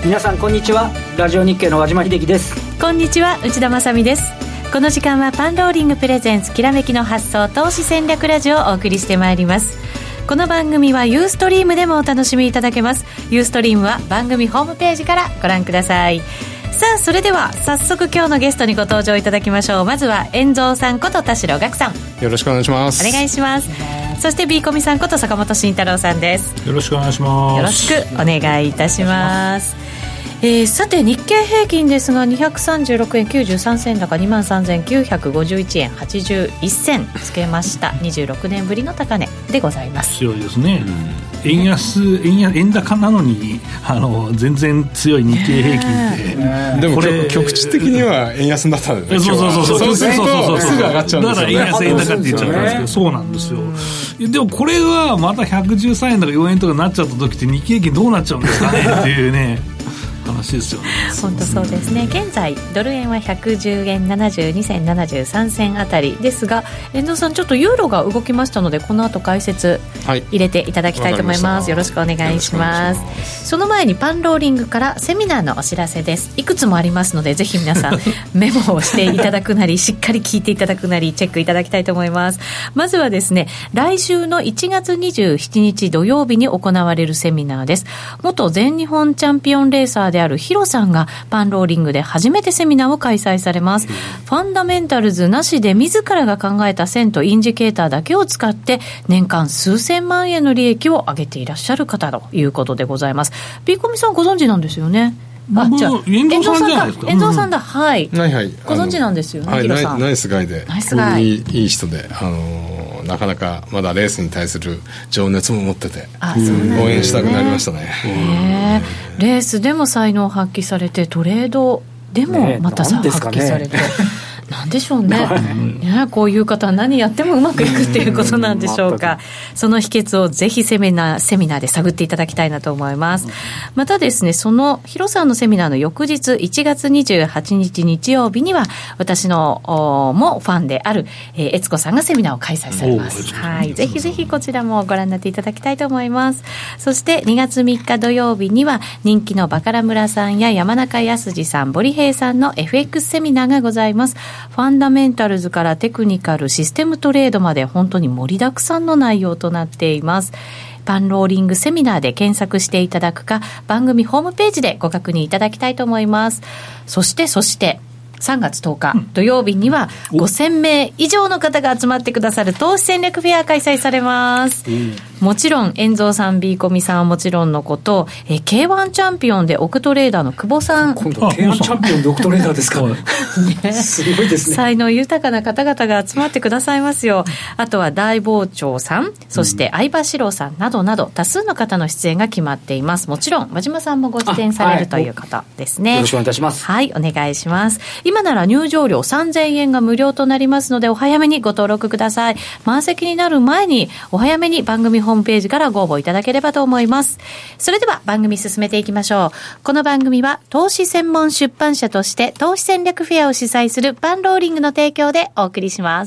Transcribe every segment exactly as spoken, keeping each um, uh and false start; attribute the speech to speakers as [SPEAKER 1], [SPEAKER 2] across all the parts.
[SPEAKER 1] 皆さんこんにちは。ラジオ日経の和島秀樹です。
[SPEAKER 2] こんにちは、内田まさみです。この時間はパンローリングプレゼンツきらめきの発想投資戦略ラジオをお送りしてまいります。この番組はユーストリームでもお楽しみいただけます。ユーストリームは番組ホームページからご覧ください。さあ、それでは早速今日のゲストにご登場いただきましょう。まずは遠蔵さんこと田代岳さん、
[SPEAKER 3] よろしくお願いします。
[SPEAKER 2] お願いします。そして B コミさんこと坂本慎太郎さんです。
[SPEAKER 4] よろしくお願いします。
[SPEAKER 2] よろしくお願いいたします。えー、さて日経平均ですがにひゃくさんじゅうろくえんきゅうじゅうさんせん高 にまんさんぜんきゅうひゃくごじゅういちえんはちじゅういっせんつけました。にじゅうろくねんぶりの高値でございます。
[SPEAKER 4] 強いですね、うん、円安 円安円高なのにあの全然強い日経平均って、
[SPEAKER 3] えー、でもこれ局地的には円安になったんだよね。
[SPEAKER 4] そうそうそうそうそうそうそう
[SPEAKER 3] すぐ上がっちゃうんですよね。
[SPEAKER 4] だから円安円高って言っちゃうんですけど、そうなんですよ。でもこれがまたひゃくじゅうさんえんとかよえんとかになっちゃった時って日経平均どうなっちゃうんですかねっていうね話ですよね。
[SPEAKER 2] 本当そうですね。現在ドル円はひゃくじゅうえんななじゅうにせんななじゅうさんせんあたりですが、遠藤さんちょっとユーロが動きましたのでこの後解説入れていただきたいと思います、はい、よろしくお願いします。その前にパンローリングからセミナーのお知らせです。いくつもありますのでぜひ皆さんメモをしていただくなりしっかり聞いていただくなりチェックいただきたいと思います。まずはですね、来週のいちがつにじゅうしちにち土曜日に行われるセミナーです。元全日本チャンピオンレーサーであるヒロさんがパンローリングで初めてセミナーを開催されます。ファンダメンタルズなしで自らが考えた線とインジケーターだけを使って年間数千万円の利益を上げていらっしゃる方ということでございます。ビーコミさんご存知なんですよね。
[SPEAKER 4] あ、じゃあ遠藤さんじゃないですか。
[SPEAKER 2] 遠藤さんだ、はい、
[SPEAKER 3] はいはい、
[SPEAKER 2] ご存知なんですよね、
[SPEAKER 3] はい、
[SPEAKER 2] ヒロさん。
[SPEAKER 3] ナイスガイで、
[SPEAKER 2] ナイスガイ、
[SPEAKER 3] いい、いい人で、あのー、なかなかまだレースに対する情熱も持ってて、
[SPEAKER 2] あ、そうなんですね、
[SPEAKER 3] 応援したくなりましたね。
[SPEAKER 2] へー、レースでも才能を発揮されてトレードでもまたさ、ね、発揮されてなんでしょう ね, ねこういう方は何やってもうまくいくっていうことなんでしょうか。その秘訣をぜひセミナー、セミナーで探っていただきたいなと思います。またですね、そのヒロさんのセミナーの翌日いちがつにじゅうはちにち日曜日には私のもファンであるえつこさんがセミナーを開催されます。はい、ぜひぜひこちらもご覧になっていただきたいと思います。そしてにがつみっか土曜日には人気のバカラ村さんや山中康二さん、堀平さんの エフエックス セミナーがございます。ファンダメンタルズからテクニカル、システムトレードまで本当に盛りだくさんの内容となっています。パンローリングセミナーで検索していただくか番組ホームページでご確認いただきたいと思います。そしてそしてさんがつとおか、うん、土曜日にはごせんめい以上の方が集まってくださる投資戦略フェア開催されます、うん、もちろん遠蔵さん、 B コミさんはもちろんのこと、え ケーワン チャンピオンでオクトレーダーの久保さん、
[SPEAKER 1] 今度 ケーワン チャンピオンでオクトレーダーですかね、すごいですね。
[SPEAKER 2] 才能豊かな方々が集まってくださいますよ。あとは大傍聴さん、そして相葉史郎さんなどなど多数の方の出演が決まっています。もちろん和島さんもご出演されるという方ですね。
[SPEAKER 1] よろしくお願いいたします。
[SPEAKER 2] はい、お願いします。今なら入場料さんぜんえんが無料となりますのでお早めにご登録ください。満席になる前にお早めに番組ホームページからご応募いただければと思います。それでは番組進めていきましょう。この番組は投資専門出版社として投資戦略フェアを主催するパンローリングの提供でお送りします。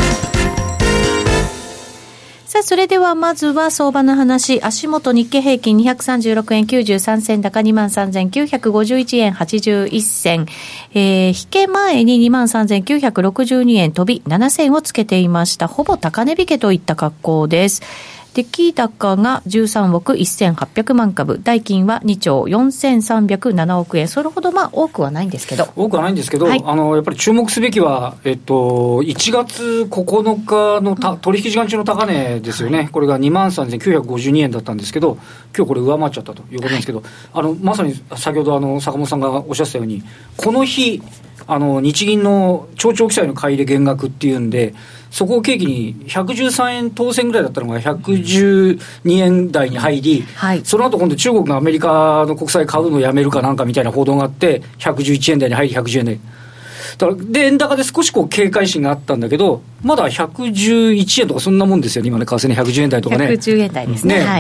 [SPEAKER 2] さあ、それではまずは相場の話。足元日経平均にひゃくさんじゅうろくえんきゅうじゅうさんせん高 にまんさんぜんきゅうひゃくごじゅういちえんはちじゅういっせん、えー、引け前に にまんさんぜんきゅうひゃくろくじゅうにえん飛びななせんをつけていました。ほぼ高値引けといった格好です。出来高がじゅうさんおくせんはっぴゃくまんかぶ、代金はにちょうよんせんさんびゃくななおくえん、それほどまあ多くはないんですけど
[SPEAKER 1] 多くはないんですけど、
[SPEAKER 2] はい、
[SPEAKER 1] あのやっぱり注目すべきは、えっと、いちがつここのかのた取引時間中の高値ですよね、はい、これが にまんさんぜんきゅうひゃくごじゅうにえんだったんですけど、今日これ上回っちゃったということなんですけど、はい、あのまさに先ほどあの坂本さんがおっしゃってたように、この日あの日銀の超長期債の買い入れ減額っていうんで、そこを契機にひゃくじゅうさんえん当選ぐらいだったのがひゃくじゅうにえん台に入り、はい、その後今度中国がアメリカの国債買うのをやめるかなんかみたいな報道があってひゃくじゅういちえん台に入りひゃくじゅうえん台だからで円高で少しこう警戒心があったんだけど、まだひゃくじゅういちえんとかそんなもんですよね今ね、為替ねひゃくじゅうえん台とかね、
[SPEAKER 2] ひゃくじゅうえん台ですね、ね、はい、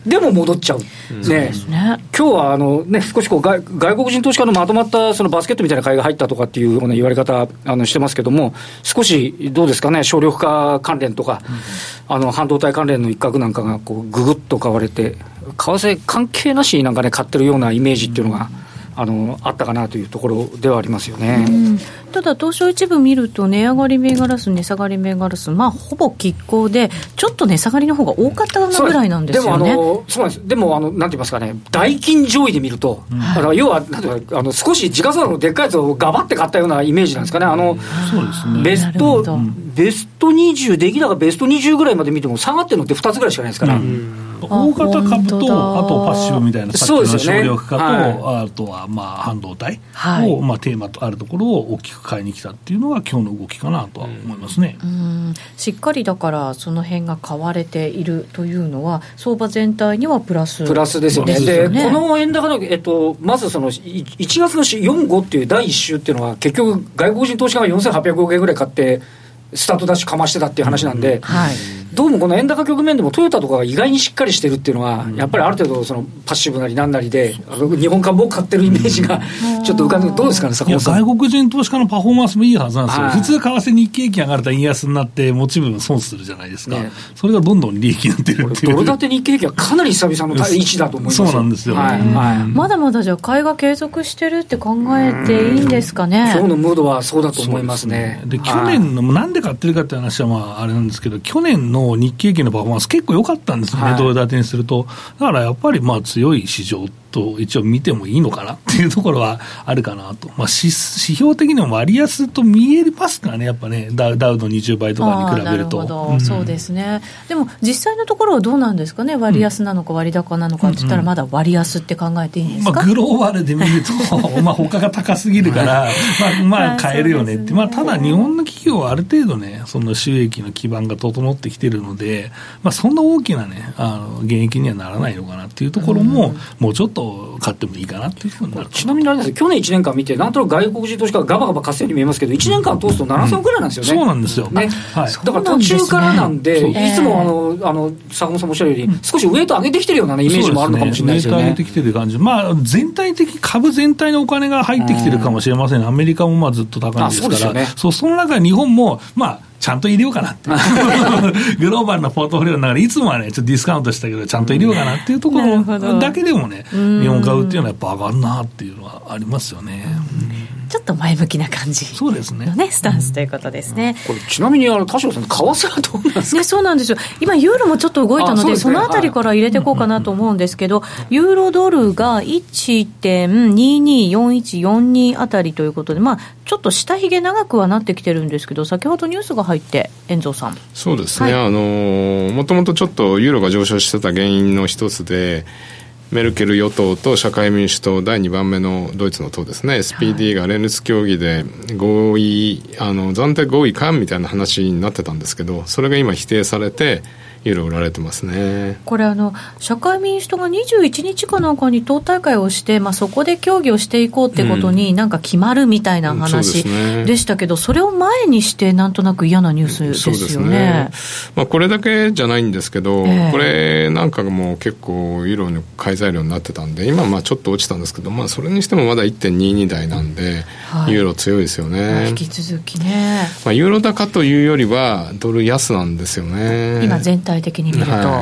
[SPEAKER 1] でも戻っちゃう、うんね、ね今日はあの、ね、少しこう 外, 外国人投資家のまとまったそのバスケットみたいな買いが入ったとかっていうような言われ方あのしてますけども、少しどうですかね、省力化関連とか、うん、あの半導体関連の一角なんかがこうぐぐっと買われて、為替関係なしになんかね買ってるようなイメージっていうのが、うんあのあったかなというところではありますよね、うん、
[SPEAKER 2] ただ東証一部見ると値上がり銘柄数値下がり銘柄数、まあ、ほぼ拮抗でちょっと値下がりの方が多かったぐらいなんですよね。
[SPEAKER 1] でもあのそうなんです。でもあのなんて言いますかね、代金上位で見ると、うん、だから要はなんていうかあの少し時価総額のでっかいやつをガバって買ったようなイメージなんですかね。あの
[SPEAKER 4] そうですね、
[SPEAKER 1] ベストベストにじゅう出来高ベストにじゅうぐらいまで見ても下がってるのってふたつぐらいしかないですから、うん、
[SPEAKER 4] 大型株とあとパッシブみたいなさっきの省力化と、
[SPEAKER 1] はい、
[SPEAKER 4] あとはまあ半導体を、まあ、テーマとあるところを大きく買いに来たっていうのが今日の動きかなとは思いますね、
[SPEAKER 2] うん、しっかりだからその辺が買われているというのは相場全体にはプラス
[SPEAKER 1] プラスですよね。でこの円高の、えっと、まずそのいちがつのよん、ごっていうだいいっ週っていうのは結局外国人投資家がよんせんはっぴゃくおくえんぐらい買ってスタートダッシュかましてたっていう話なんで、うんはい、どうもこの円高局面でもトヨタとかが意外にしっかりしてるっていうのは、うん、やっぱりある程度そのパッシブなりなんなりで日本株を買ってるイメージがちょっと浮かんで、どうですかね坂本さん。
[SPEAKER 4] いや外国人投資家のパフォーマンスもいいはずなんですよ。普通為替日経平均上がると円安になって持ち分損するじゃないですか、ね、それがどんどん利益になってるっていう。
[SPEAKER 1] ドル建て日経平均はかなり久々の位置だと思います。
[SPEAKER 4] そうなんですよ、はい
[SPEAKER 2] はい、まだまだじゃあ買いが継続してるって考えていいんですかね。
[SPEAKER 1] 今日のムードはそうだと思いますね。
[SPEAKER 4] で去年のなんで買ってるかって話はまああれなんですけど、去年の日経平均のパフォーマンス結構良かったんですね、はい、ドル建てにすると。だからやっぱりまあ強い市場と一応見てもいいのかなっていうところはあるかなと、まあ、指, 指標的にも割安と見えますからね、やっぱね、ダウ、ダウのにじゅうばいとかに比べると。
[SPEAKER 2] なるほど、うん、そうですね。でも実際のところはどうなんですかね、割安なのか割高なのかって言ったらまだ割安って考えていいんですか。
[SPEAKER 4] まあ、グローバルで見るとまあ他が高すぎるからまあ、まあ買えるよねって、まあ、ただ日本の企業はある程度ねその収益の基盤が整ってきてるので、まあ、そんな大きなねあの減益にはならないのかなっていうところも、うん、もうちょっと買ってもいいかなっていうふうになる。
[SPEAKER 1] ちなみにあれですよ、去年いちねんかん見てなんとなく外国人投資家がガバガバ買ってるように見えますけど、いちねんかん通すとななせんおくぐらいなんですよね、
[SPEAKER 4] うん、そうなんですよ、
[SPEAKER 1] ね
[SPEAKER 4] はい、
[SPEAKER 1] だから途中からなんで、ね、いつもあのあの坂本さんもおっしゃるように、うん、少しウエイト上げてきてるような、ね、イメージもあるのかもしれないですよね。
[SPEAKER 4] ウエイト上げてきてる感じ、まあ、全体的株全体のお金が入ってきてるかもしれません、ね、アメリカもまあずっと高いんですから、 そうですよね、そうその中で日本もまあちゃんと入れようかなってグローバルなポートフォリオの中でいつもはねちょっとディスカウントしたけどちゃんと入れようかなっていうところだけでもね、日本株っていうのはやっぱ上がるなっていうのはありますよね。
[SPEAKER 2] ちょっと前向きな感じの、ね、
[SPEAKER 4] そうですね、
[SPEAKER 2] スタンスということですね、
[SPEAKER 1] うん、これちなみにあの田代さん為替はどうなんですか、
[SPEAKER 2] ね、そうなんですよ。今ユーロもちょっと動いたの で, そ, で、ね、そのあたりから入れていこうかなと思うんですけど、はい、ユーロドルが いちてんにによんいちよんに あたりということで、まあ、ちょっと下髭長くはなってきてるんですけど、先ほどニュースが入って遠藤さん。
[SPEAKER 3] そうですね、
[SPEAKER 2] はい、
[SPEAKER 3] あのもともとちょっとユーロが上昇してた原因の一つでメルケル与党と社会民主党だいにばんめのドイツの党ですね、 エスピーディー が連立協議で合意あの暫定合意かみたいな話になってたんですけど、それが今否定されてユーロ売られてますね。
[SPEAKER 2] これあの社会民主党がにじゅういちにちかなんかに党大会をして、まあ、そこで協議をしていこうってことになんか決まるみたいな話でしたけど、うん、そ, ね、それを前にしてなんとなく嫌なニュースですよね。そうですね、
[SPEAKER 3] まあ、これだけじゃないんですけど、えー、これなんかも結構ユーロの買い材料になってたんで、今まあちょっと落ちたんですけど、まあ、それにしてもまだ いってんにに 台なんで、はい、ユーロ強いですよね。
[SPEAKER 2] 引き続きね、
[SPEAKER 3] まあ、ユーロ高というよりはドル安なんですよね
[SPEAKER 2] 今全体的に見ると、はい、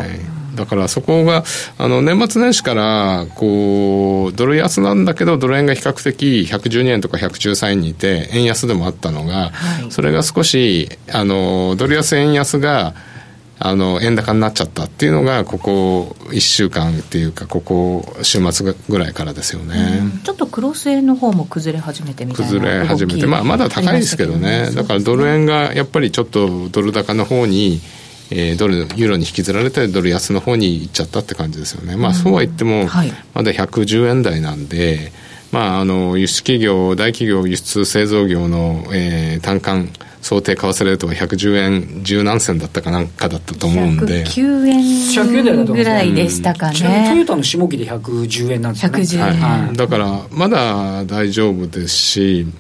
[SPEAKER 3] だからそこがあの年末年始からこうドル安なんだけどドル円が比較的ひゃくじゅうにえんとかひゃくじゅうさんえんにいて円安でもあったのが、はい、それが少しあのドル安円安があの円高になっちゃったっていうのがここいっしゅうかんっていうかここ週末ぐらいからですよね、うん、
[SPEAKER 2] ちょっとクロス円の方も崩れ始めてみたいな
[SPEAKER 3] 崩れ始めて、まあ、まだ高いですけどね、だからドル円がやっぱりちょっとドル高の方にえー、ドルユーロに引きずられてドル安の方に行っちゃったって感じですよね、まあ、そうは言っても、はい、まだひゃくじゅうえん台なんで、まあ、あの輸出企業大企業輸出製造業の、えー、単価想定為替レートはひゃくじゅうえん十何銭だったかなんかだったと思うんで
[SPEAKER 2] ひゃくきゅうえんぐらいでしたかね、うん、
[SPEAKER 1] ちなみにトヨタの下期でひゃくじゅうえんなんですよね。
[SPEAKER 2] ひゃくじゅうえん、
[SPEAKER 3] はい、だからまだ大丈夫ですし、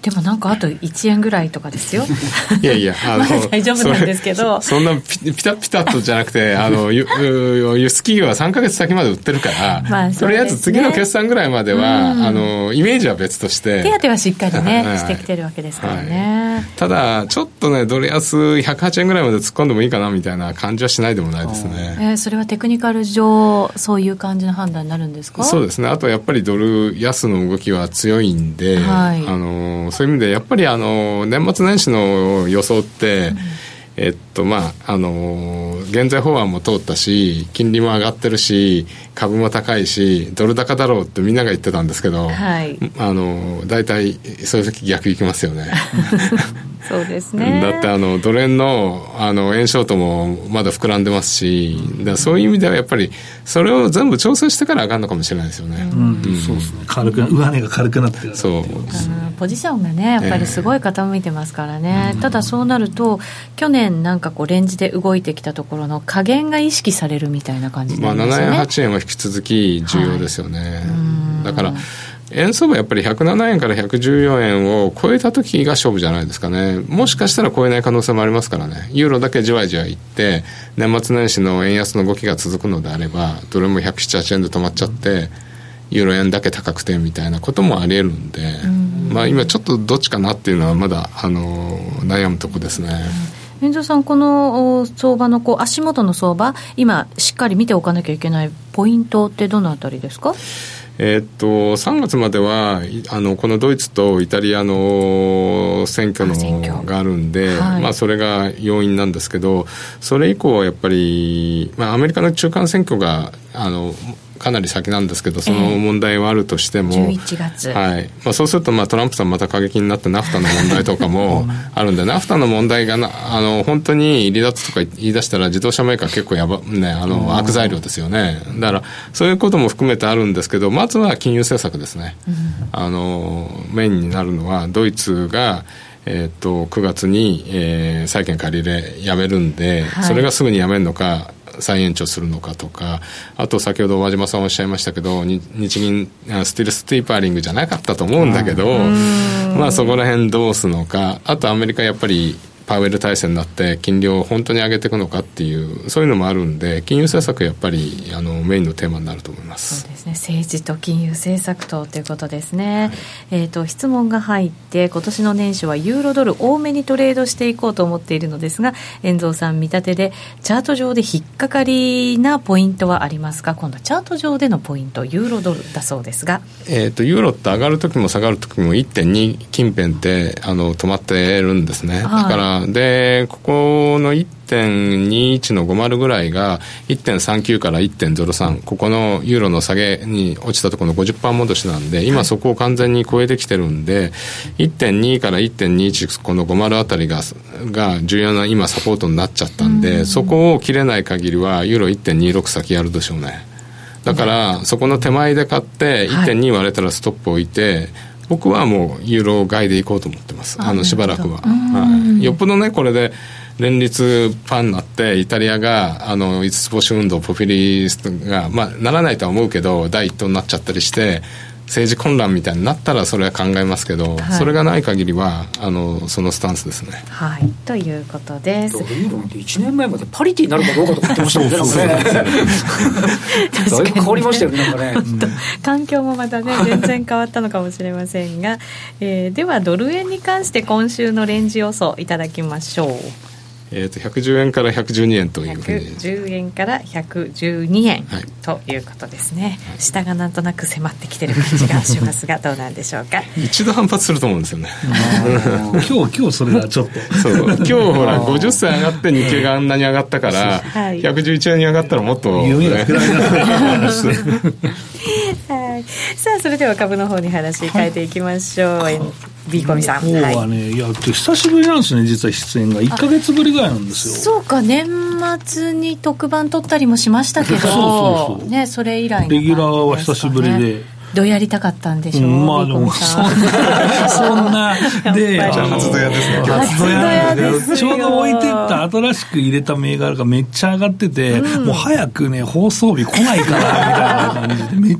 [SPEAKER 2] でもなんかあといちえんぐらいとかですよ
[SPEAKER 3] いやいやあの
[SPEAKER 2] まだ大丈夫なんですけど
[SPEAKER 3] そ, そんなピピタピタとじゃなくてあの輸出企業はさんかげつ先まで売ってるから、まあね、とりあえず次の決算ぐらいまでは、うん、あのイメージは別として
[SPEAKER 2] 手当はしっかりね、はい、してきてるわけですからね、
[SPEAKER 3] はい、ただちょっとねドル安ひゃくはちえんぐらいまで突っ込んでもいいかなみたいな感じはしないでもないですね、
[SPEAKER 2] えー、それはテクニカル上そういう感じの判断になるんですか？
[SPEAKER 3] そうですね。あとやっぱりドル安の動きは強いんで、はい、あのそういう意味でやっぱりあの年末年始の予想って、うん、えっとまああの減税法案も通ったし金利も上がってるし株も高いしドル高だろうってみんなが言ってたんですけど、はい、あの大体そういう時逆いきますよね
[SPEAKER 2] そうですね。
[SPEAKER 3] だってあのドル円 の, あの円ショートもまだ膨らんでますし、だそういう意味ではやっぱりそれを全部調整してから上がるのかもしれないですよね、
[SPEAKER 4] うんうん、そうですね。軽く上値が軽くなってる
[SPEAKER 3] そう
[SPEAKER 2] ポジションがねやっぱりすごい傾いてますからね、えー、ただそうなると去年なんかこうレンジで動いてきたところの加減が意識されるみたいな感じになりますよね、
[SPEAKER 3] まあ、ななえんはちえんは引き続き重要ですよね、はい、だから円相場やっぱりひゃくななえんからひゃくじゅうよんえんを超えた時が勝負じゃないですかね。もしかしたら超えない可能性もありますからね。ユーロだけじわじわいって年末年始の円安の動きが続くのであればドルもひゃくななじゅうはちえんで止まっちゃってユーロ円だけ高くてみたいなこともあり得るんで、まあ、今ちょっとどっちかなっていうのはまだあの悩むとこですね。
[SPEAKER 2] 遠藤さんこの相場のこう足元の相場今しっかり見ておかなきゃいけないポイントってどのあたりですか？
[SPEAKER 3] えー、っとさんがつまではあのこのドイツとイタリアの選挙のがあるんで、はい、まあ、それが要因なんですけどそれ以降はやっぱり、まあ、アメリカの中間選挙があのかなり先なんですけどその問題はあるとしても、えー、
[SPEAKER 2] じゅういちがつ、
[SPEAKER 3] はい、まあ、そうするとまあトランプさんまた過激になってナフタの問題とかもあるんでナフタの問題がなあの本当に離脱とか言い出したら自動車メーカー結構やば、ね、あの悪材料ですよね。だからそういうことも含めてあるんですけどまずは金融政策ですね、うん、あのメインになるのはドイツがえー、とくがつに、えー、債券借り入れやめるんで、はい、それがすぐにやめるのか再延長するのかとかあと先ほど和島さんおっしゃいましたけど日銀スティルスティーパーリングじゃなかったと思うんだけど、まあ、そこら辺どうするのかあとアメリカやっぱりパウエル体制になって金利を本当に上げていくのかっていうそういうのもあるんで金融政策やっぱりあのメインのテーマになると思います。
[SPEAKER 2] そうですね。政治と金融政策とということですね、はい、えーと、質問が入って今年の年初はユーロドル多めにトレードしていこうと思っているのですが遠藤さん見立てでチャート上で引っかかりなポイントはありますか？今度はチャート上でのポイントユーロドルだそうですが、
[SPEAKER 3] えーと、ユーロって上がるときも下がるときも いってんに 近辺ってあの止まってるんですね、はい、だからでここの いってんにいち のごじゅうぐらいが いってんさんきゅう から いってんゼロさん ここのユーロの下げに落ちたところの ごじゅっパーセント 戻しなんで今そこを完全に超えてきてるんで いってんに から いってんにいち このごじゅうあたりがが重要な今サポートになっちゃったんでそこを切れない限りはユーロ いってんにじゅうろく 先やるでしょうね。だからそこの手前で買って いってんに 割れたらストップ置いて僕はもうユーロ買いでいこうと思ってます。あのしばらくは、はい、よっぽどねこれで連立パンになってイタリアがあの五つ星運動ポピュリストが、まあ、ならないとは思うけど第一党になっちゃったりして政治混乱みたいになったらそれは考えますけど、はい、それがない限りはあのそのスタンスですね。
[SPEAKER 2] はい、ということです。
[SPEAKER 1] ユーロなんていちねんまえまでパリティになるかどうかとか言ってましたもんね。だいぶ変わりましたよね。なんかね、うん、
[SPEAKER 2] 環境もまたね全然変わったのかもしれませんが、えー、ではドル円に関して今週のレンジ予想いただきましょう。
[SPEAKER 3] えー、とひゃくじゅうえんからひゃくじゅうにえんというふうに
[SPEAKER 2] ひゃくじゅうえんからひゃくじゅうにえん、はい、ということですね、はい、下がなんとなく迫ってきてる感じがしますがどうなんでしょうか。
[SPEAKER 3] 一度反発すると思うんですよね。
[SPEAKER 4] 今日今日それがちょっと
[SPEAKER 3] そう今日ほらごじゅっさい上がって日経があんなに上がったから、はい、ひゃくじゅういちえんに上がったらもっと、ね、
[SPEAKER 4] 夢が膨らみます
[SPEAKER 2] はい、さあそれでは株の方に話変えていきましょう。ビーコミさん、
[SPEAKER 4] 今日はね、はい、いや久しぶりなんですね。実は出演がいっかげつぶりぐらいなんですよ。
[SPEAKER 2] そうか、年末に特番撮ったりもしましたけどそうそうそう、ね、それ以来の、ね、
[SPEAKER 4] レギュラーは久しぶりで
[SPEAKER 2] どうやりたかったんでしょう、うん、
[SPEAKER 4] まあでもそんなそんなで
[SPEAKER 3] 初ドヤですね。
[SPEAKER 2] 初ドヤですよ。
[SPEAKER 4] ちょうど置いてった新しく入れた銘柄がめっちゃ上がってて、うん、もう早くね放送日来ないかなみたいな感じでめっ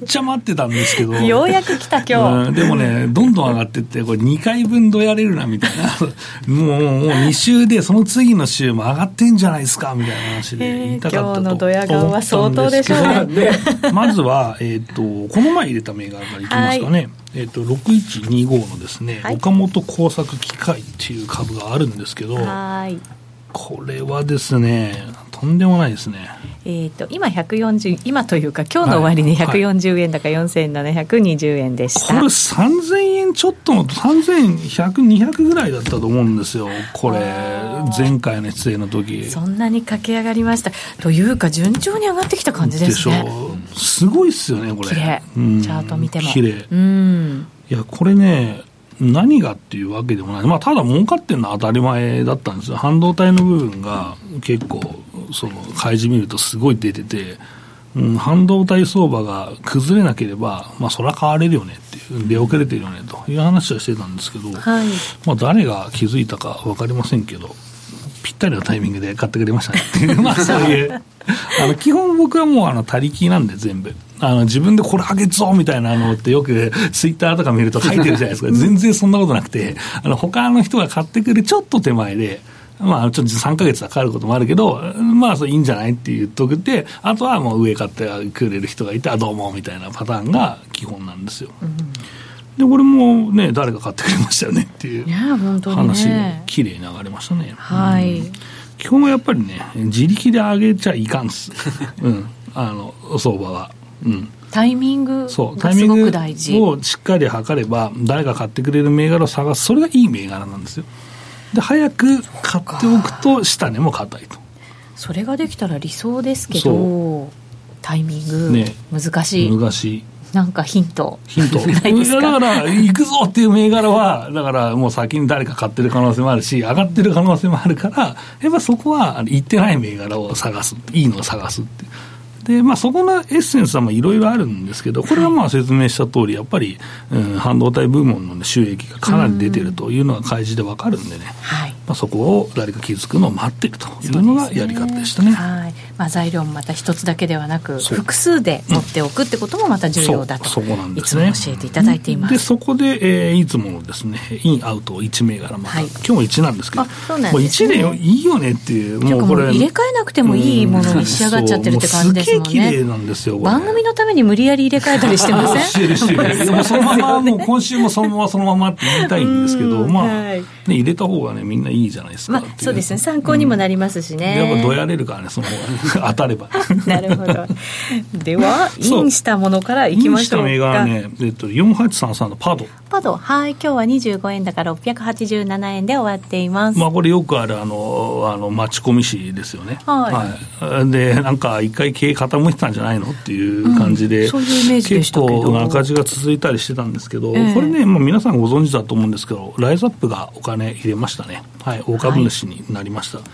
[SPEAKER 4] ちゃ待ってたんですけど
[SPEAKER 2] ようやく来た今日、
[SPEAKER 4] うん、でもねどんどん上がってってこれにかいぶんどやれるなみたいなもうもうに週でその次の週も上がってんじゃないですかみたいな話で言いたかったと思ったんですけど、今日のドヤ顔は相当でしょうねまずは、えー、とこの前入れた銘柄からいきますかね、はいえー、とろくいちにごのですね、はい、岡本工作機械っていう株があるんですけど、はいこれはですねとんでもないですね。
[SPEAKER 2] えー、と今ひゃくよんじゅう今というか今日の終わりにひゃくよんじゅうえん高よんせんななひゃくにじゅうえんでした。
[SPEAKER 4] これさんぜんえんちょっとのさんぜんひゃく、にひゃくぐらいだったと思うんですよこれ前回の出演の時。
[SPEAKER 2] そんなに駆け上がりましたというか順調に上がってきた感じですね。
[SPEAKER 4] でしょすごいっすよねこれ。
[SPEAKER 2] 綺麗、うん、チャート見ても
[SPEAKER 4] 綺麗、うん、いやこれね何がっていうわけでもない、まあ、ただ儲かってるのは当たり前だったんですよ。半導体の部分が結構その開示見るとすごい出てて、うん、半導体相場が崩れなければ、まあ、そりゃ買われるよねっていう出遅れてるよねという話はしてたんですけど、はいまあ、誰が気づいたか分かりませんけどぴったりのタイミングで買ってくれましたねっていうまあそういうあの基本僕はもうあの他力なんで全部あの自分でこれ上げぞみたいなのってよくツイッターとか見ると書いてるじゃないですか全然そんなことなくてあの他の人が買ってくるちょっと手前でまあちょっとさんかげつはかかることもあるけどまあそれいいんじゃないって言っとくってあとはもう上買ってくれる人がいてあどうもみたいなパターンが基本なんですよ、うんでこれもね誰が買ってくれましたよねっていう話で綺麗に流れましたね。
[SPEAKER 2] はい、うん、
[SPEAKER 4] 基本はやっぱりね自力で上げちゃいかんっす、うん、あの相場は、うん、
[SPEAKER 2] タイミングがすごく大事。そうタイミング
[SPEAKER 4] をしっかり測れば誰が買ってくれる銘柄を探すそれがいい銘柄なんですよ。で早く買っておくと下値も硬いと。
[SPEAKER 2] それができたら理想ですけどタイミング、ね、難しい
[SPEAKER 4] 難しい
[SPEAKER 2] なんかヒント
[SPEAKER 4] ヒントないですか。だから行くぞっていう銘柄はだからもう先に誰か買ってる可能性もあるし上がってる可能性もあるからやっぱそこは行ってない銘柄を探すいいのを探すってで、まあ、そこのエッセンスはまあいろいろあるんですけどこれはまあ説明した通りやっぱり、うん、半導体部門の、ね、収益がかなり出てるというのが開示で分かるんでね、はいまあ、そこを誰か気づくのを待っているというのがやり方でしたね。
[SPEAKER 2] はいまあ、材料もまた一つだけではなく複数で持っておくってこともまた重要だと、うん、そこなんですね、いつも教えていただいています。
[SPEAKER 4] でそこで、えー、いつものですねインアウトいち銘柄また、はい、今日もいちなんですけど
[SPEAKER 2] そうなんですね、
[SPEAKER 4] もういちでいいよねっていう
[SPEAKER 2] もうこれ入れ替えなくてもいいものに仕上がっちゃってるって感じですもんね。
[SPEAKER 4] もうすげえ綺麗なんですよ
[SPEAKER 2] 番組のために無理やり入れ替えたりしてません
[SPEAKER 4] してるしてるでもそのままもう今週もそのままそのままって言いたいんですけどまあ、はいね、入れた方がねみんないいじゃないですか、まあ、
[SPEAKER 2] そうですね参考にもなりますしね、
[SPEAKER 4] うん、やっぱどやれるからねその方が当たれば
[SPEAKER 2] なるほどではインしたものからいきましょうか。
[SPEAKER 4] インした銘柄ね、えっと、よんはちさんさんのパド
[SPEAKER 2] パドはい今日はにじゅうごえん高ろっぴゃくはちじゅうななえんで終わっています。
[SPEAKER 4] まあこれよくあるあのあの待ち込み紙ですよね、はいはい、でなんか一回経営傾いてたんじゃないのっていう感じで、うん、
[SPEAKER 2] そういうイメージでしたけど
[SPEAKER 4] 結構赤字が続いたりしてたんですけど、えー、これね、まあ、皆さんご存知だと思うんですけどライズアップがお金入れましたね、はい、大株主になりました、はい、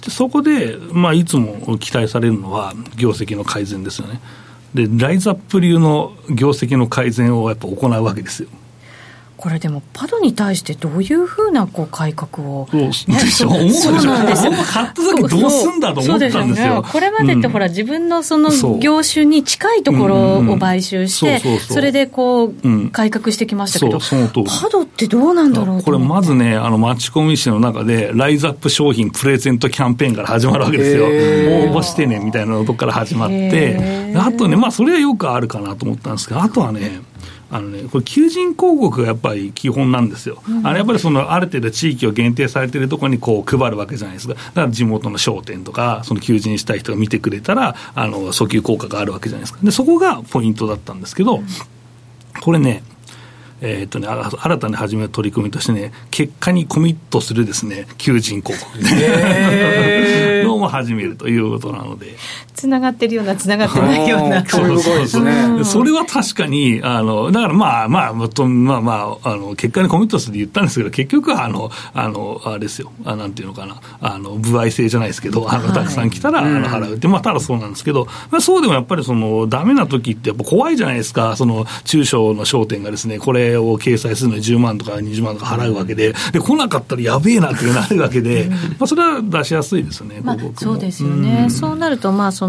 [SPEAKER 4] でそこで、まあ、いつも期待されるのは業績の改善ですよね。でライズアップ流の業績の改善をやっぱ行うわけですよ。
[SPEAKER 2] これでもパドに対してどういうふうなこう改革を
[SPEAKER 4] そうでしょ思うでしょ買った時どうすんだと思ったんですよ。
[SPEAKER 2] これまでってほら、うん、自分のその業種に近いところを買収してそれでこう、うん、改革してきましたけどパドってどうなんだろうと
[SPEAKER 4] これまずねあのマッチコミ紙の中でライズアップ商品プレゼントキャンペーンから始まるわけですよ。応募してねみたいなのとこから始まってあとねまあそれはよくあるかなと思ったんですけどあとはねあのね、これ求人広告がやっぱり基本なんですよ、うん、あれやっぱりそのある程度地域を限定されているところにこう配るわけじゃないですか。だから地元の商店とかその求人したい人が見てくれたらあの訴求効果があるわけじゃないですか。でそこがポイントだったんですけど、うん、これねえーっとね、新たに始める取り組みとしてね結果にコミットするですね求人広告のも始めるということなので
[SPEAKER 2] つながってるようなつながってないような
[SPEAKER 4] そうそうですねそれは確かにあのだからまあまあまあまああの結果にコミットするって言ったんですけど結局はあのあのあれですよあなんていうのかなあの歩合制じゃないですけどあのたくさん来たら、はい、あの払うってまあただそうなんですけど、まあ、そうでもやっぱりそのダメな時ってやっぱ怖いじゃないですか。その中小の商店がですねこれを掲載するのにじゅうまんとかにじゅうまんとか払うわけで、で来なかったらやべえなってなるわけで、まあ、それは出しやすいですよね、
[SPEAKER 2] まあ、そうですよね、うん、そうなるとまあそ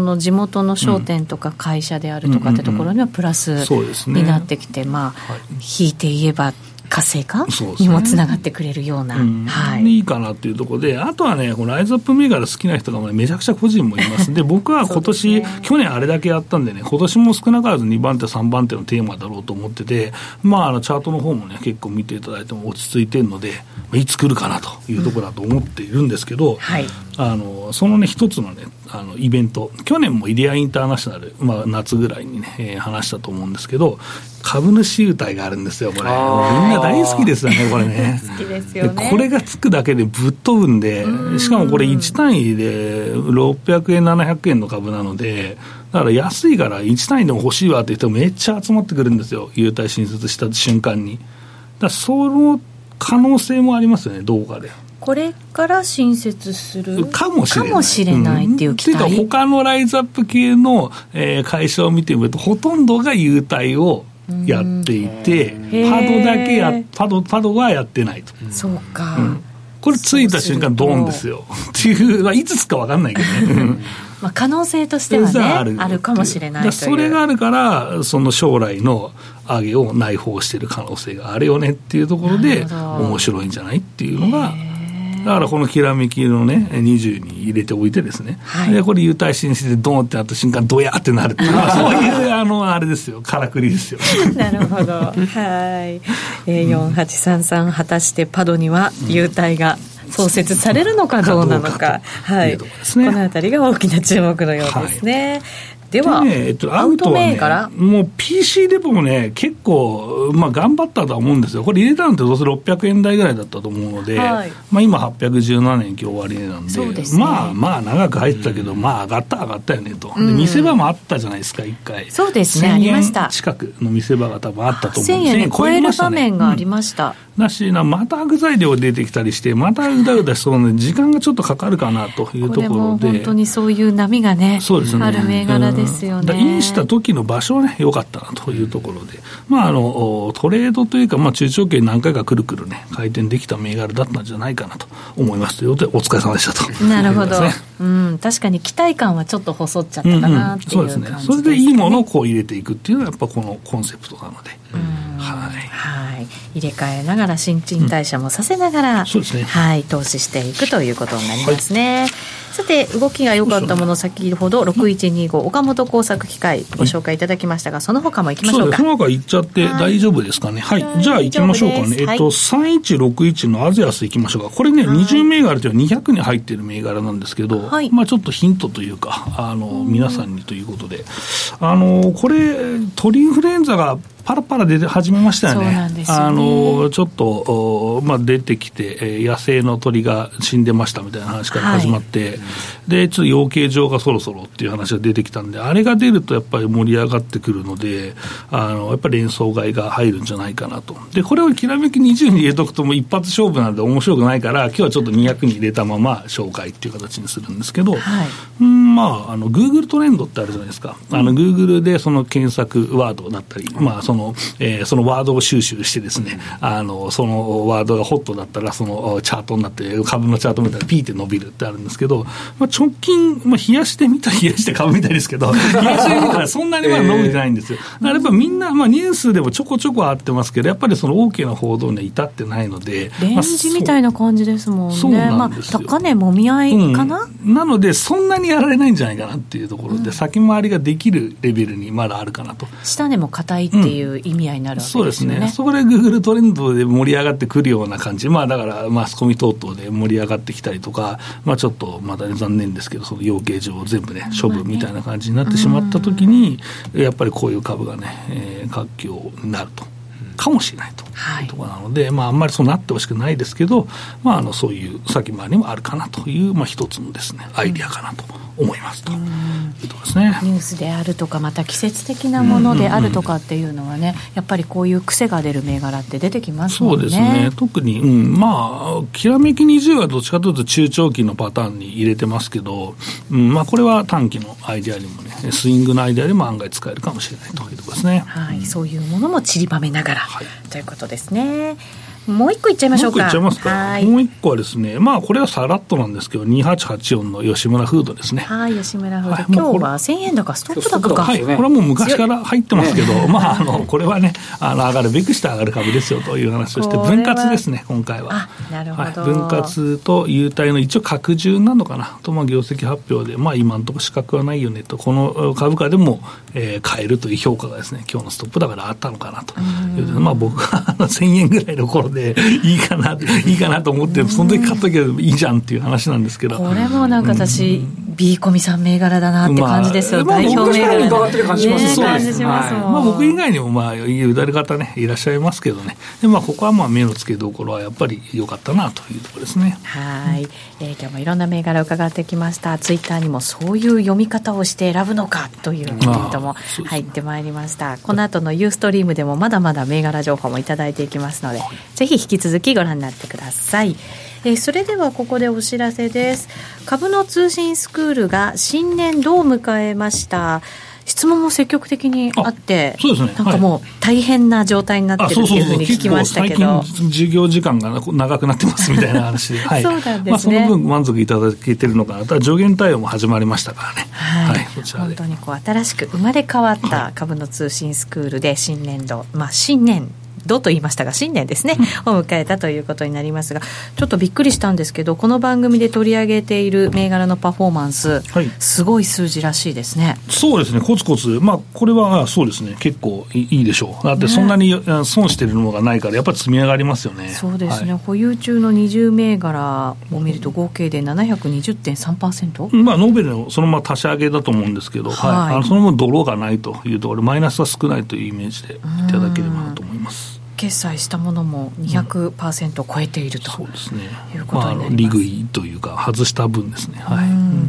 [SPEAKER 2] の地元の商店とか会社であるとかってところにはプラスになってきて、まあ、引いて言えば活性化にもつながってくれるような、
[SPEAKER 4] うんはい、いいかなっていうところで、あとはね、このライズアップ銘柄好きな人がめちゃくちゃ個人もいますで、僕は今年、ね、去年あれだけやったんでね、今年も少なからずにばん手さんばん手のテーマだろうと思ってて、まあ、あのチャートの方もね結構見ていただいても落ち着いてるので、いつ来るかなというところだと思っているんですけど、うんはい、あのそのね一つのねあのイベント、去年もイデアインターナショナル、まあ、夏ぐらいにね、えー、話したと思うんですけど、株主優待があるんですよ、これ。みんな大好きですよね、これね。
[SPEAKER 2] 好きですよね。
[SPEAKER 4] これがつくだけでぶっ飛ぶんで、しかもこれいち単位でろっぴゃくえん、ななひゃくえんの株なので、だから安いからいち単位でも欲しいわって人めっちゃ集まってくるんですよ、優待新設した瞬間に。だからその可能性もありますよね、どうかで。
[SPEAKER 2] これから新設する
[SPEAKER 4] かもしれない
[SPEAKER 2] かもしれないっていう期待、
[SPEAKER 4] うん、っていうか他のライズアップ系の、えー、会社を見てみるとほとんどが優待をやっていて、パドだけやパドパドはやってないと。
[SPEAKER 2] そうか、
[SPEAKER 4] うん、これついた瞬間ドーンですよっていう、まあ、いつつか分かんないけどね
[SPEAKER 2] まあ可能性としてはねある、あるかもしれないという。
[SPEAKER 4] それがあるからその将来の上げを内包している可能性があるよねっていうところで面白いんじゃないっていうのが、だからこのきらめきのねにじゅうに入れておいてですね、はい、でこれ優待申請でドーンってなった瞬間ドヤーってなるっていうそういうあのあれですよ、からくりですよ
[SPEAKER 2] なるほどはい、えー、よんはちさんさん果たしてパドには優待が創設されるのかどうなのか、はい、このあたりが大きな注目のようですね、はい。では、ねえっと、アウトはね、
[SPEAKER 4] もう ピーシー デポもね、結構、まあ、頑張ったとは思うんですよ。これ入れたのってどうせろっぴゃくえん台ぐらいだったと思うので、はい、まあ、今はっぴゃくじゅうななえん今日終わり値なんで、
[SPEAKER 2] そうですね、
[SPEAKER 4] まあまあ長く入ってたけど、まあ上がった上がったよねと。で見せ場もあったじゃないですか、いっかい。
[SPEAKER 2] そうですね、ありました。
[SPEAKER 4] 近くの見せ場が多分あったと思うんです。
[SPEAKER 2] せんえん超える場面がありました。
[SPEAKER 4] うん、だしな、また悪材料出てきたりして、またうだうだしそうなので、時間がちょっとかかるかなというところで。これも
[SPEAKER 2] 本当にそういう波がね、そうですね、ある銘柄ですよね。
[SPEAKER 4] うん、した時の場所はね良かったなというところで、まあ、あのトレードというか、まあ、中長期何回かくるくるね回転できた銘柄だったんじゃないかなと思いますということで、お疲れ様でしたと。
[SPEAKER 2] なるほど、うん、確かに期待感はちょっと細っちゃったかなっていう感じですね。
[SPEAKER 4] うんうん、そうですね。それでいいものをこう入れていくっていうのはやっぱこのコンセプトなので、
[SPEAKER 2] うん、はい、はい、入れ替えながら新陳代謝もさせながら、うん、そうですね、はい、投資していくということになりますね。はい、さて動きが良かったもの、先ほどろくいちにご岡本工作機械ご紹介いただきましたが、その他もいきましょうか。
[SPEAKER 4] その他いっちゃって大丈夫ですかね。はい、はい、じゃあいきましょうかね。えっと、さんいちろくいちのアゼアスいきましょうか。これね、にじゅう銘柄というのはにひゃくに入っている銘柄なんですけど、はい、まあちょっとヒントというか、あの皆さんにということで、あのこれ鳥インフルエンザがパラパラ出て始めましたよね。
[SPEAKER 2] そうなんですよね。
[SPEAKER 4] あのちょっと、まあ、出てきて、えー、野生の鳥が死んでましたみたいな話から始まって、はい、でちょっと養鶏場がそろそろっていう話が出てきたんで、あれが出るとやっぱり盛り上がってくるので、あのやっぱり連想買いが入るんじゃないかなと。でこれをきらめきにじゅうに入れとくともう一発勝負なんで面白くないから、今日はちょっとにひゃくに入れたまま紹介っていう形にするんですけど、はい、うんまあ、あの Google トレンドってあるじゃないですか。あの Google でその検索ワードだったり、まあそのえー、そのワードを収集してですね、あのそのワードがホットだったらそのチャートになって株のチャートみたいなピーって伸びるってあるんですけど、まあ、直近、まあ、冷やしてみたら冷やして株みたいですけど冷やしてみたらそんなにまだ伸びてないんですよ。だからやっぱみんな、まあ、ニュースでもちょこちょこあってますけど、やっぱりその大きな報道には至ってないので、
[SPEAKER 2] レンジみたいな感じですもんね。そうなんですよ。まあ、高値もみ合いかな、
[SPEAKER 4] うん、なのでそんなにやられないんじゃないかなっていうところで、うん、先回りができるレベルにまだあるかなと。
[SPEAKER 2] 下値も硬いっていう意味合いになるわけですよね。
[SPEAKER 4] そうですね。そこで Google トレンドで盛り上がってくるような感じ、まあだからマスコミ等々で盛り上がってきたりとか、まあちょっとまだ残念ですけど、その養鶏場を全部ね処分みたいな感じになってしまったときに、やっぱりこういう株がね、えー、活況になると。かもしれないというところなので、はい、まあ、あんまりそうなってほしくないですけど、まあ、あのそういう先回りにもあるかなという、まあ、一つのですねアイディアかなと思いますというところですね。
[SPEAKER 2] ニュースであるとかまた季節的なものであるとかっていうのはね、うんうんうん、やっぱりこういう癖が出る銘柄って出てきますもんね。
[SPEAKER 4] そうですね。特に、うん、まあきらめきにじゅうはどっちかというと中長期のパターンに入れてますけど、うん、まあこれは短期のアイデアにもねスイングのアイデアにも案外使えるかもしれないというところですね。
[SPEAKER 2] はい、うん、そういうものも散りばめながら、はい、ということですね。 もう一個いっちゃいましょうか。
[SPEAKER 4] もう一個いっちゃいますか。
[SPEAKER 2] はい、
[SPEAKER 4] もう一個はですね、まあこれはさらっとなんですけど、にはちはちよんの吉村フードですね。
[SPEAKER 2] はい、吉村フード、はい、今日はせんえん高ストップ高か。
[SPEAKER 4] はい、これはもう昔から入ってますけど、まああのこれはね、あの上がるべくして上がる株ですよという話をして、分割ですね今回は。
[SPEAKER 2] あ、なるほど、はい、
[SPEAKER 4] 分割と優待の一応拡充なのかなと、まあ業績発表で、まあ今のところ資格はないよねと、この株価でも、えー、買えるという評価がですね、今日のストップ高であったのかなという、まあ僕はせんえんぐらいの頃でいいかないいかなと思って、その時買っとけばいいじゃんっていう話なんですけど、
[SPEAKER 2] これもなんか私、うん、ビーコミさん銘柄だなって感じですよ、まあ、代表銘柄
[SPEAKER 1] 伺ってる感じしますね。
[SPEAKER 2] 感じしますもん、
[SPEAKER 4] はい、まあ、僕以外にもまあいう打たれ方ねいらっしゃいますけどね、で、まあ、ここはまあ目の付けどころはやっぱり良かったなというところですね。
[SPEAKER 2] はい、えー、今日もいろんな銘柄を伺ってきました。ツイッターにもそういう読み方をして選ぶのかというコメントも入ってまいりました。この後のユーストリームでもまだまだ銘柄情報もいただいていきますので、ぜひ引き続きご覧になってください。えー、それではここでお知らせです。株の通信スクールが新年度を迎えました。質問も積極的にあって、
[SPEAKER 4] そうですね、
[SPEAKER 2] なんかもう大変な状態になってるっていうふうに聞きましたけど、
[SPEAKER 4] そうそうそう、最近授業時間が長くなってますみたいな話で、はい、
[SPEAKER 2] そうなんですね、
[SPEAKER 4] まあ、その分満足いただけてるのかなと。上限対応も始まりましたからね、
[SPEAKER 2] はい、
[SPEAKER 4] はい、こちらで
[SPEAKER 2] 本当にこう新しく生まれ変わった株の通信スクールで新年度、まあ、新年度と言いましたが新年ですね、うん、を迎えたということになりますが、ちょっとびっくりしたんですけど、この番組で取り上げている銘柄のパフォーマンス、はい、すごい数字らしいですね。
[SPEAKER 4] そうですね、コツコツ、まあ、これはそうですね、結構いいでしょう。だってそんなに損してるのがないからやっぱり積み上がりますよね。
[SPEAKER 2] そうですね、はい、保有中のにじゅう銘柄を見ると合計で ななひゃくにじゅってんさんパーセント、
[SPEAKER 4] まあ、ノーベルのそのまま足し上げだと思うんですけど、はいはい、あのその分ドローがないというところ、マイナスは少ないというイメージでいただければなと思います。
[SPEAKER 2] 決済したものも にひゃくパーセント 超えていると、
[SPEAKER 4] うん、そうですね、
[SPEAKER 2] いうことになります。
[SPEAKER 4] まあ、利食いというか外した分ですね、はい、うん、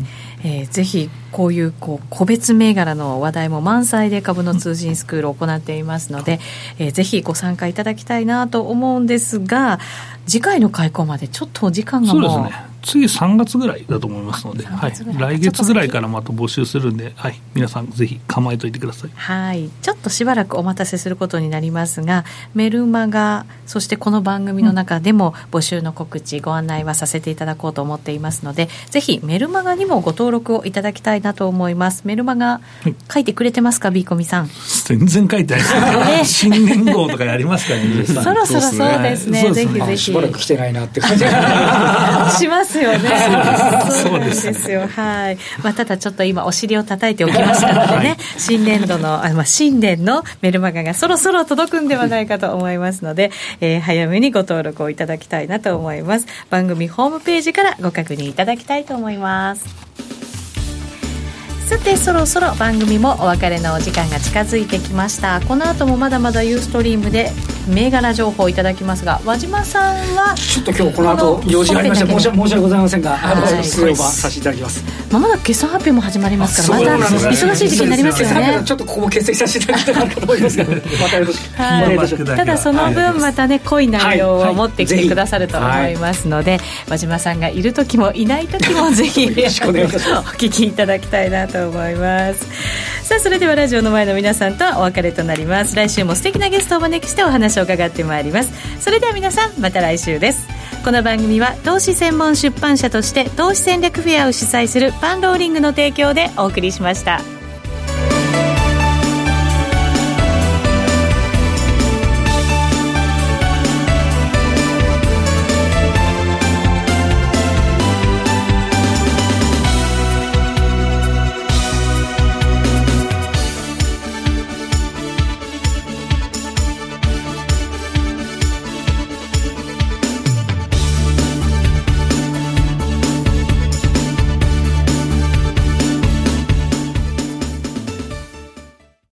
[SPEAKER 2] えー、ぜひこういう、こう個別銘柄の話題も満載で株の通信スクールを行っていますので、えー、ぜひご参加いただきたいなと思うんですが、次回の開講までちょっとお時間がもう、
[SPEAKER 4] そうですね、次さんがつぐらいだと思いますので、はい、来月ぐらいからまた募集するんで、はい、皆さんぜひ構えといてください。
[SPEAKER 2] はい、ちょっとしばらくお待たせすることになりますが、メルマガ、そしてこの番組の中でも募集の告知、ご案内はさせていただこうと思っていますので、ぜひメルマガにもご登録をいただきたいなと思います。メルマガ、はい、書いてくれてますか、ビーコミさん。
[SPEAKER 4] 全然書いてないです新年号とかやりますかね
[SPEAKER 2] そろそろそうですね、ぜひぜひ。
[SPEAKER 1] しばらく来てないなって感じ
[SPEAKER 2] しますよね。そうなんですよ。はい。まあ、ただちょっと今お尻を叩いておきましたのでね、はい、新年度の、あ、まあ、新年のメルマガがそろそろ届くんではないかと思いますので、えー、早めにご登録をいただきたいなと思います。番組ホームページからご確認いただきたいと思います。さて、そろそろ番組もお別れのお時間が近づいてきました。この後もまだまだユーストリームで銘柄情報をいただきますが、和島さんは
[SPEAKER 1] ちょっと今日この後用事がありまして申し訳ございませんが、あの失礼させていただきます。
[SPEAKER 2] まもなく決算発表も始まりますから、また忙しい時期になりますよね。
[SPEAKER 1] ちょっとここも欠席させていただきたいなと思いますが、またよろしく、
[SPEAKER 2] はい、ただその分またね、濃い内容を持ってきてくださると思いますので、和島さんがいる時もいない時もぜひお聞きいただきたいなと思います。さあ、それではラジオの前の皆さんとはお別れとなります。来週も素敵なゲストをお招きしてお話を伺ってまいります。それでは皆さん、また来週です。この番組は投資専門出版社として投資戦略フェアを主催するパンローリングの提供でお送りしました。